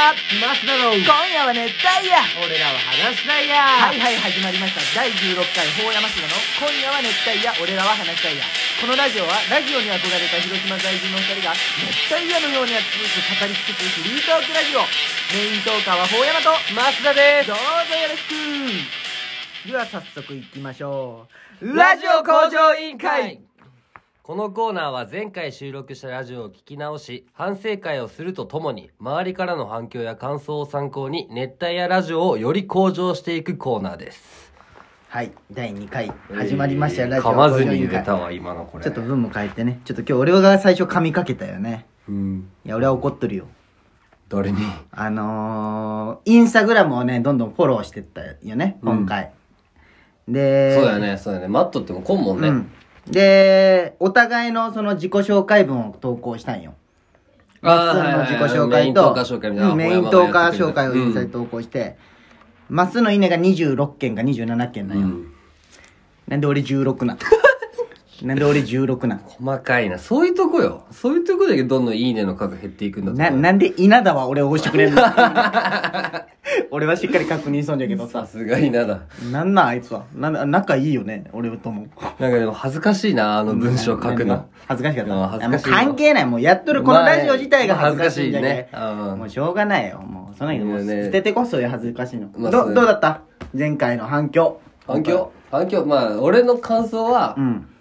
マスダの今夜は熱帯夜。 俺らは話したいや。 はいはい、始まりました。第16回法山市の今夜は熱帯夜、俺らは話したいや。このラジオはラジオに憧れた広島在住の2人が熱帯夜のように熱く語り尽くすフリートークラジオ。メイントーカーは法山とマスダです。 どうぞよろしく。では早速いきましょう。 ラジオ向上委員会。このコーナーは前回収録したラジオを聞き直し、反省会をするとともに、周りからの反響や感想を参考に、熱帯夜ラジオをより向上していくコーナーです。 はい、第2回始まりましたよ、ラジオ噛まずに出たわ、今のこれ。 ちょっと文も変えてね。ちょっと今日俺が最初噛みかけたよね。 うん。 いや、俺は怒っとるよ。 誰に？ インスタグラムをね、どんどんフォローしてったよね、今回。で、 そうやね。待っとっても来んもんね。 で、お互いのその自己紹介文を投稿したんよ。まっすーの自己紹介と、メイントーカー紹介をインスタで投稿して、まっすーのいいねが26件か27件なんよ。なんで俺16なんなんで俺16なん細かいな。そういうとこよ。そういうとこだけどんどんいいねの数減っていくんだと思う。 なんで稲田は俺を押してくれんの俺はしっかり確認しそうじゃけどさ。 さすが稲田。 なんあいつは。仲いいよね、俺とも。 なんかでも恥ずかしいな、あの文章書くの。 恥ずかしかった。 恥ずかしい。 もう関係ない。もうやっとるこのラジオ自体が恥ずかしいんじゃけ。 もうしょうがないよ。もうそんなにもう捨ててこそよ、恥ずかしいの。どうだった前回の反響。 まあ、俺の感想は、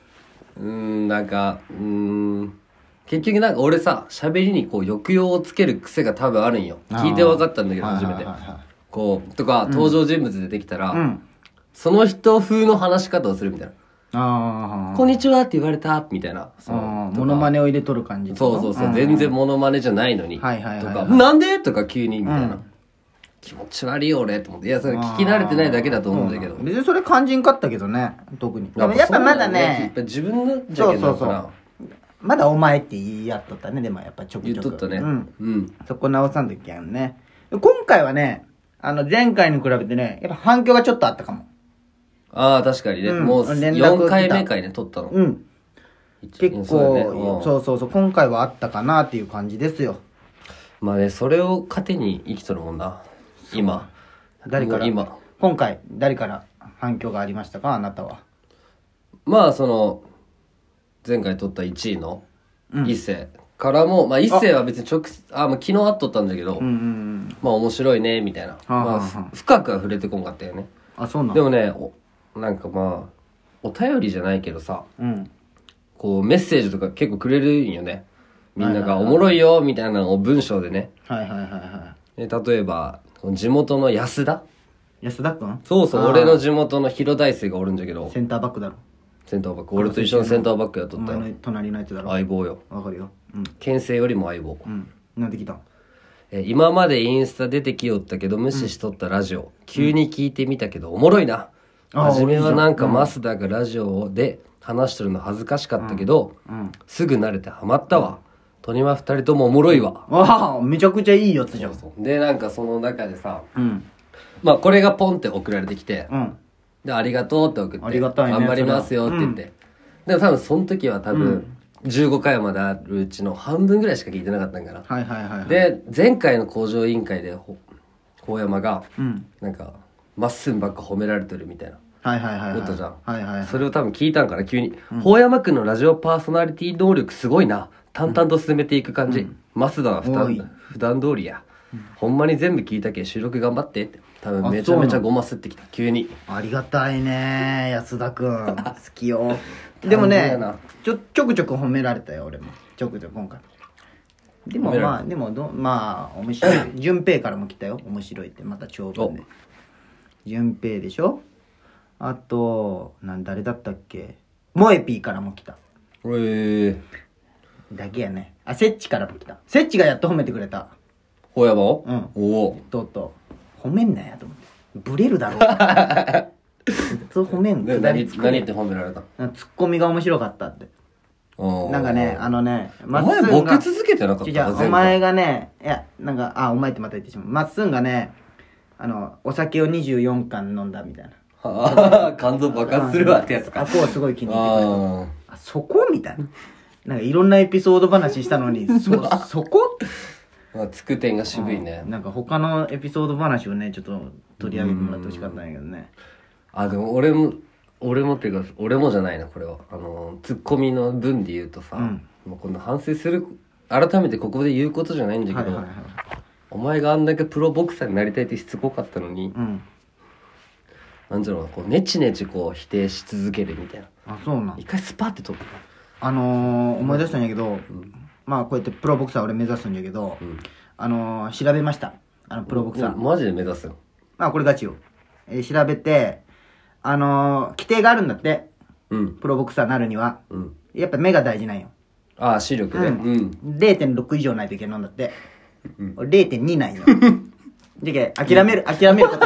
結局なんか俺さ、喋りにこう抑揚をつける癖が多分あるんよ。聞いて分かったんだけど、初めて。こう、とか、登場人物出てきたら、その人風の話し方をするみたいな。こんにちはって言われた、みたいな。 モノマネを入れとる感じ。 そう。全然モノマネじゃないのに。とか、なんでとか急に、みたいな。気持ち悪いよ俺と思って。いや、それ聞き慣れてないだけだと思うんだけど。 別にそれ肝心かったけどね、特に。でもやっぱまだね、 自分のじゃけどな。 まだお前って言い合っとったね、でもやっぱちょくちょく。 言っとったね。 そこ直さんときやんね。今回はね、前回に比べてね、やっぱ反響がちょっとあったかも。 ああ、確かにね。もう4回目かいね、撮ったの。 結構、そう。今回はあったかなっていう感じですよ。 まあね、それを糧に生きとるもんな。今回誰から反響がありましたか、あなたは。 まあ前回取った1位の一世からも、まあ一世は別に昨日会っとったんだけど、まあ面白いねみたいな、まあ深くは触れてこんかったよね。 そうなんでもね、なんかまあお便りじゃないけどさ、こうメッセージとか結構くれるんよね。みんながおもろいよみたいなのを文章でね。例えば地元の安田くん。そう、俺の地元の広大生がおるんじゃけど。 センターバックだろ。 センターバック。俺と一緒のセンターバックやっとったよ。 お前の隣のやつだろ。 相棒よ。 わかるよ。 県政よりも相棒。 なんで来た？ 今までインスタ出てきよったけど無視しとったラジオ。急に聞いてみたけどおもろいな。初めはなんかマスダがラジオで話しとるの恥ずかしかったけど、すぐ慣れてハマったわ。トニマ2人ともおもろいわ。 めちゃくちゃいいやつじゃん。 で、なんかその中でさ、まあこれがポンって送られてきて、で、ありがとうって送って、 ありがたいね、 頑張りますよって言って。でも多分その時は15回まであるうちの半分ぐらいしか聞いてなかったんかな。で、前回の向上委員会で、法山が、なんか、まっすんばっか褒められてるみたいな。ことじゃん。それを多分聞いたんから急に、法山くんのラジオパーソナリティ能力すごいな。淡々と進めていく感じ。マスダは普段通りや。ほんまに全部聞いたけ収録頑張ってって。多分めちゃめちゃごますってきた。急に。 ありがたいね、安田くん。好きよ。でもね、ちょくちょく褒められたよ、俺も。ちょくちょく今回。でも面白い。順平からも来たよ。面白いって、また長文で。順平でしょ。あと、誰だったっけ。モエピーからも来た。だけやね。セッチからも来た。セッチがやっと褒めてくれた。 ほやばを？ 褒めんなやと思って。ブレるだろ。そう褒めん。 何って褒められた？ ツッコミが面白かったって。なんかね、 お前ボケ続けてなかった？ お前がね、いや、なんか、お前ってまた言ってしまう。まっすんがね、お酒を24缶飲んだみたいな。 肝臓爆発するわってやつか。 こうすごい気に入ってくれた。そこみたいな。なんかいろんなエピソード話したのに、そこまあ、つく点が渋いね。 なんか他のエピソード話をね、ちょっと取り上げてもらってほしかったんやけどね。 でも俺もっていうか、俺もじゃないな、これは。ツッコミの文で言うとさ、もうこんな反省する、改めてここで言うことじゃないんだけど、お前があんだけプロボクサーになりたいってしつこかったのに、なんだろうな、こう、ネチネチこう否定し続けるみたいな。 あ、そうなん。 一回スパって取った。 思い出したんやけど、まあこうやってプロボクサー俺目指すんやけど、調べました。プロボクサー。 マジで目指すよ。 これガチよ。調べて、規定があるんだって。プロボクサーなるには。やっぱ目が大事なんよ。 視力で。 0.6 以上ないといけないんだって。0.2 なんよ。じゃけ、諦めることにした。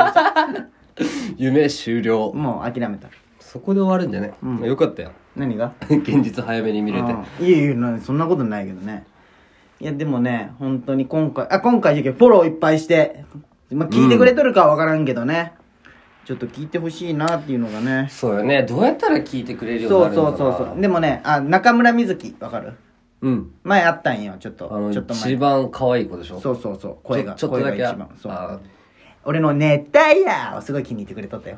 夢終了。 もう諦めた。 そこで終わるんじゃね、よかったよ。 何が現実早めに見れて。 いやそんなことないけどね。いやでもね、本当に今回じゃけフォローいっぱいして、聞いてくれとるかはわからんけどね。ちょっと聞いてほしいなっていうのがね。 そうよね。どうやったら聞いてくれるようになるのかな。 そう。でもね、中村瑞希わかる？前あったんよ、ちょっと前。 一番可愛い子でしょ？ そう。声が。 ちょっとだけ。 そう。俺の熱帯夜をすごい気に入ってくれとったよ。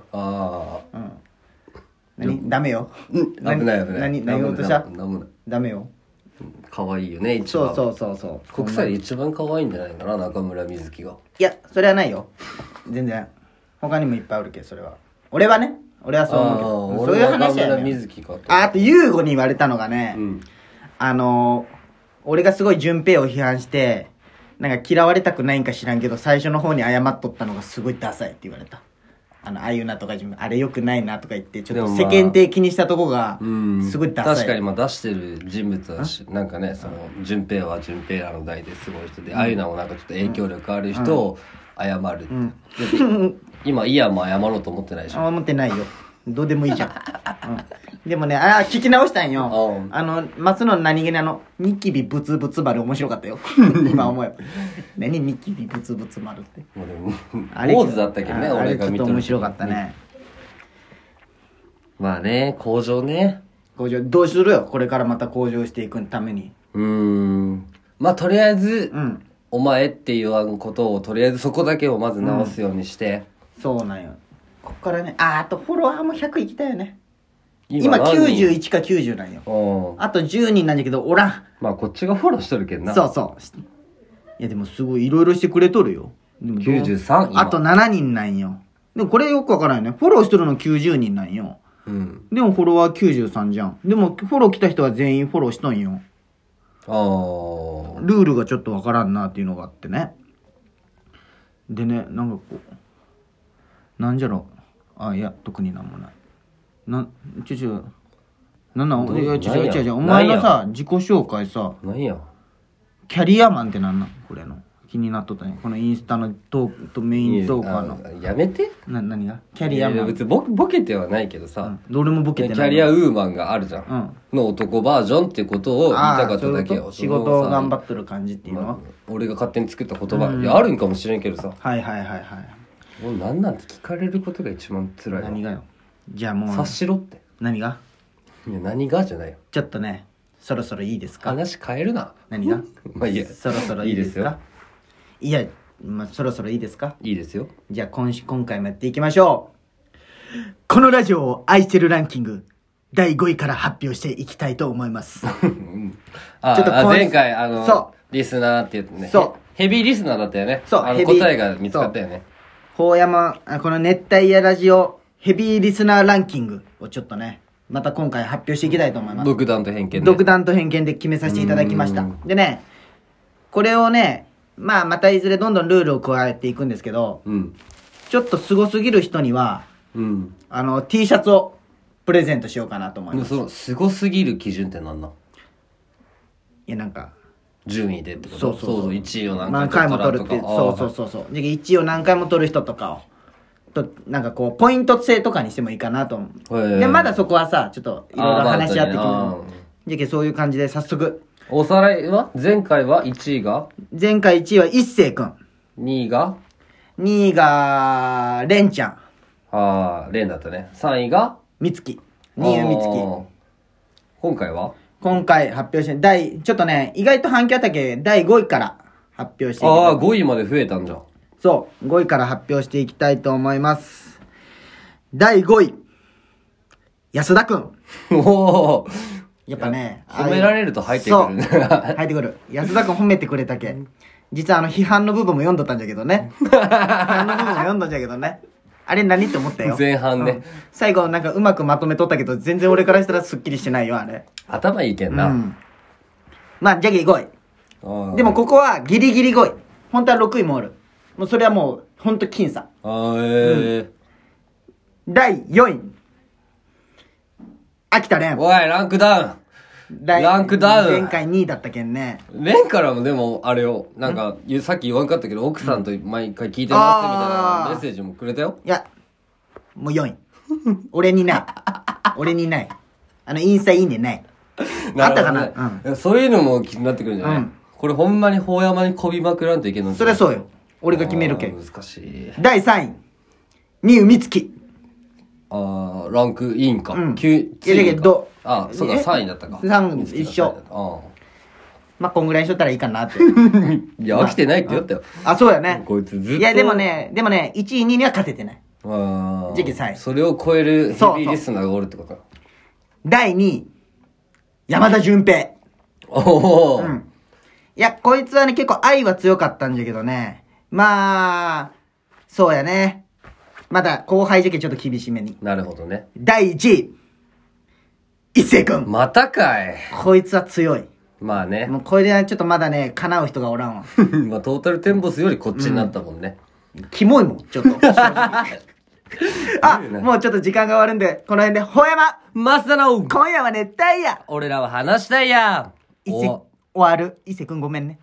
ダメよ。 危ない。 何言おうとした？ダメよ。 可愛いよね、一番。 そう。 国際で一番可愛いんじゃないかな、中村瑞希が。 いや、それはないよ。全然。他にもいっぱいおるけど、それは。俺はそう思うけど。そういう話やね。 中村瑞希かと。 あと、優吾に言われたのがね、俺がすごい順平を批判して、なんか嫌われたくないんか知らんけど、最初の方に謝っとったのがすごいダサいって言われた。ああいうなとか、あれ良くないなとか言って、ちょっと世間体気にしたとこが、すごいダサい。 確かに出してる人物はなんかね、順平は順平らの代ですごい人で、ああいうのもなんかちょっと影響力ある人を謝る。今、イヤも謝ろうと思ってないでしょ。 思ってないよ。どうでもいいじゃん。でもね、聞き直したんよ。松野の何気にニキビブツブツ丸面白かったよ。今思えば。何ニキビブツブツ丸って。 坊主だったけどね、俺が見てる。 ちょっと面白かったね。 まあね、向上ね。 どうするよ、これからまた向上していくために。 まあとりあえず、お前って言わんことを、とりあえずそこだけをまず直すようにして。 そうなんよ。こっからね、あとフォロワーも100いきたいよね。今91か90なんよ。あと10人なんだけど、おらん。 まあこっちがフォローしとるけんな。 そう。いやでもすごいいろいろしてくれとるよ。でも 93？ あと7人なんよ。でもこれよくわからないね。フォローしとるの90人なんよ。でもフォロワー93じゃん。でもフォロー来た人は全員フォローしとんよ。ルールがちょっとわからんなっていうのがあってね。でね、なんかこう、なんじゃろ。いや、特になんもない。違う。お前のさ、自己紹介さ、 何やキャリアマンってなんなんこれの。気になっとったね。このインスタのトークとメイントーカーの。 やめて。 何がキャリアマン。 別にボケてはないけどさ。 どれもボケてない。 キャリアウーマンがあるじゃん。の男バージョンっていうことを言いたかっただけよ。 仕事を頑張っとる感じっていうのは。 俺が勝手に作った言葉。いや、あるんかもしれんけどさ。 はい。 もうなんなんて聞かれることが一番辛いわ。 何がよ。じゃあもう。 察しろって。 何がいや、何がじゃないよ。 ちょっとね、そろそろいいですか？ 話変えるな。 何がまあいいや。 そろそろいいですか？いや、そろそろいいですか？ いいですよ。 じゃあ今回もやっていきましょう。このラジオを愛してるランキング、第5位から発表していきたいと思います。ちょっと前回、リスナーって言ってね。そう。ヘビーリスナーだったよね。そう。答えが見つかったよね。 この熱帯夜ラジオヘビーリスナーランキングをちょっとね、また今回発表していきたいと思います。 独断と偏見で。 独断と偏見で決めさせていただきました。でね、これをね、またいずれどんどんルールを加えていくんですけど、ちょっとすごすぎる人には、T シャツをプレゼントしようかなと思います。 そのすごすぎる基準って何なん？ いやなんか順位でってこと？そう1位を何回も取るって。そう。で1位を何回も取る人とかをなんかこうポイント制とかにしてもいいかなと思う。でまだそこはさちょっといろいろ話し合ってきて、そういう感じで早速。 おさらいは前回は1位が？ 前回1位は一星くん。 2位がレンちゃん。 レンだったね。3位がみつき。新湯みつき。 今回は？ 今回発表してちょっとね意外と反響あったけ第5位から発発表していきたい。 ああ、5位まで増えたんじゃん。 そう、5位から発表していきたいと思います。第5位、安田くん。 おお。 やっぱね、 褒められると入ってくるね。 入ってくる。安田くん褒めてくれたけ。実は批判の部分も読んどったんじゃけどね。批判の部分も読んどんじゃけどね。あれ何って思ったよ。 前半ね、 最後なんかうまくまとめとったけど、全然俺からしたらスッキリしてないよ、あれ。 頭いいけんな。 まあ、じゃけ5位。でもここはギリギリ5位。本当は6位もおる。もうそれはもう、ほんと僅差。第4位。秋田蓮。 おい、ランクダウン。ランクダウン。 前回2位だったけんね。 蓮からもでも、あれよ、なんか、さっき言わんかったけど、奥さんと毎回聞いてますみたいなメッセージもくれたよ。 いや、もう4位。俺にない。俺にない。インスタいいねない。あったかな、 そういうのも気になってくるんじゃない、これほんまに法山にこびまくらんといけんの。 そりゃそうよ。俺が決めるけん。 難しい。 第3位。二海月。 ランクインか。あ、そうか、3位だったか。 3位一緒。まあ、こんぐらいにしとったらいいかなって。 いや、飽きてないって言ったよ。 あ、そうやね。 こいつずっと。 いや、でもね、1位、2位には勝ててない。次期3位。 それを超えるヘビーリスナーがおるってことか。 第2位。山田純平。 おお。 いや、こいつはね、結構愛は強かったんじゃけどね。まあ、そうやね。まだ後輩時期ちょっと厳しめに。 なるほどね。 第1位。一星くん。 またかい。 こいつは強い。 まあね。 もうこれでちょっとまだね、叶う人がおらんわ。 まあトータルテンボスよりこっちになったもんね。 キモいもん、ちょっと。あ、もうちょっと時間が終わるんで、この辺で、ほやまマスタの今夜は熱帯夜俺らは話したいや終わる。伊勢くんごめんね。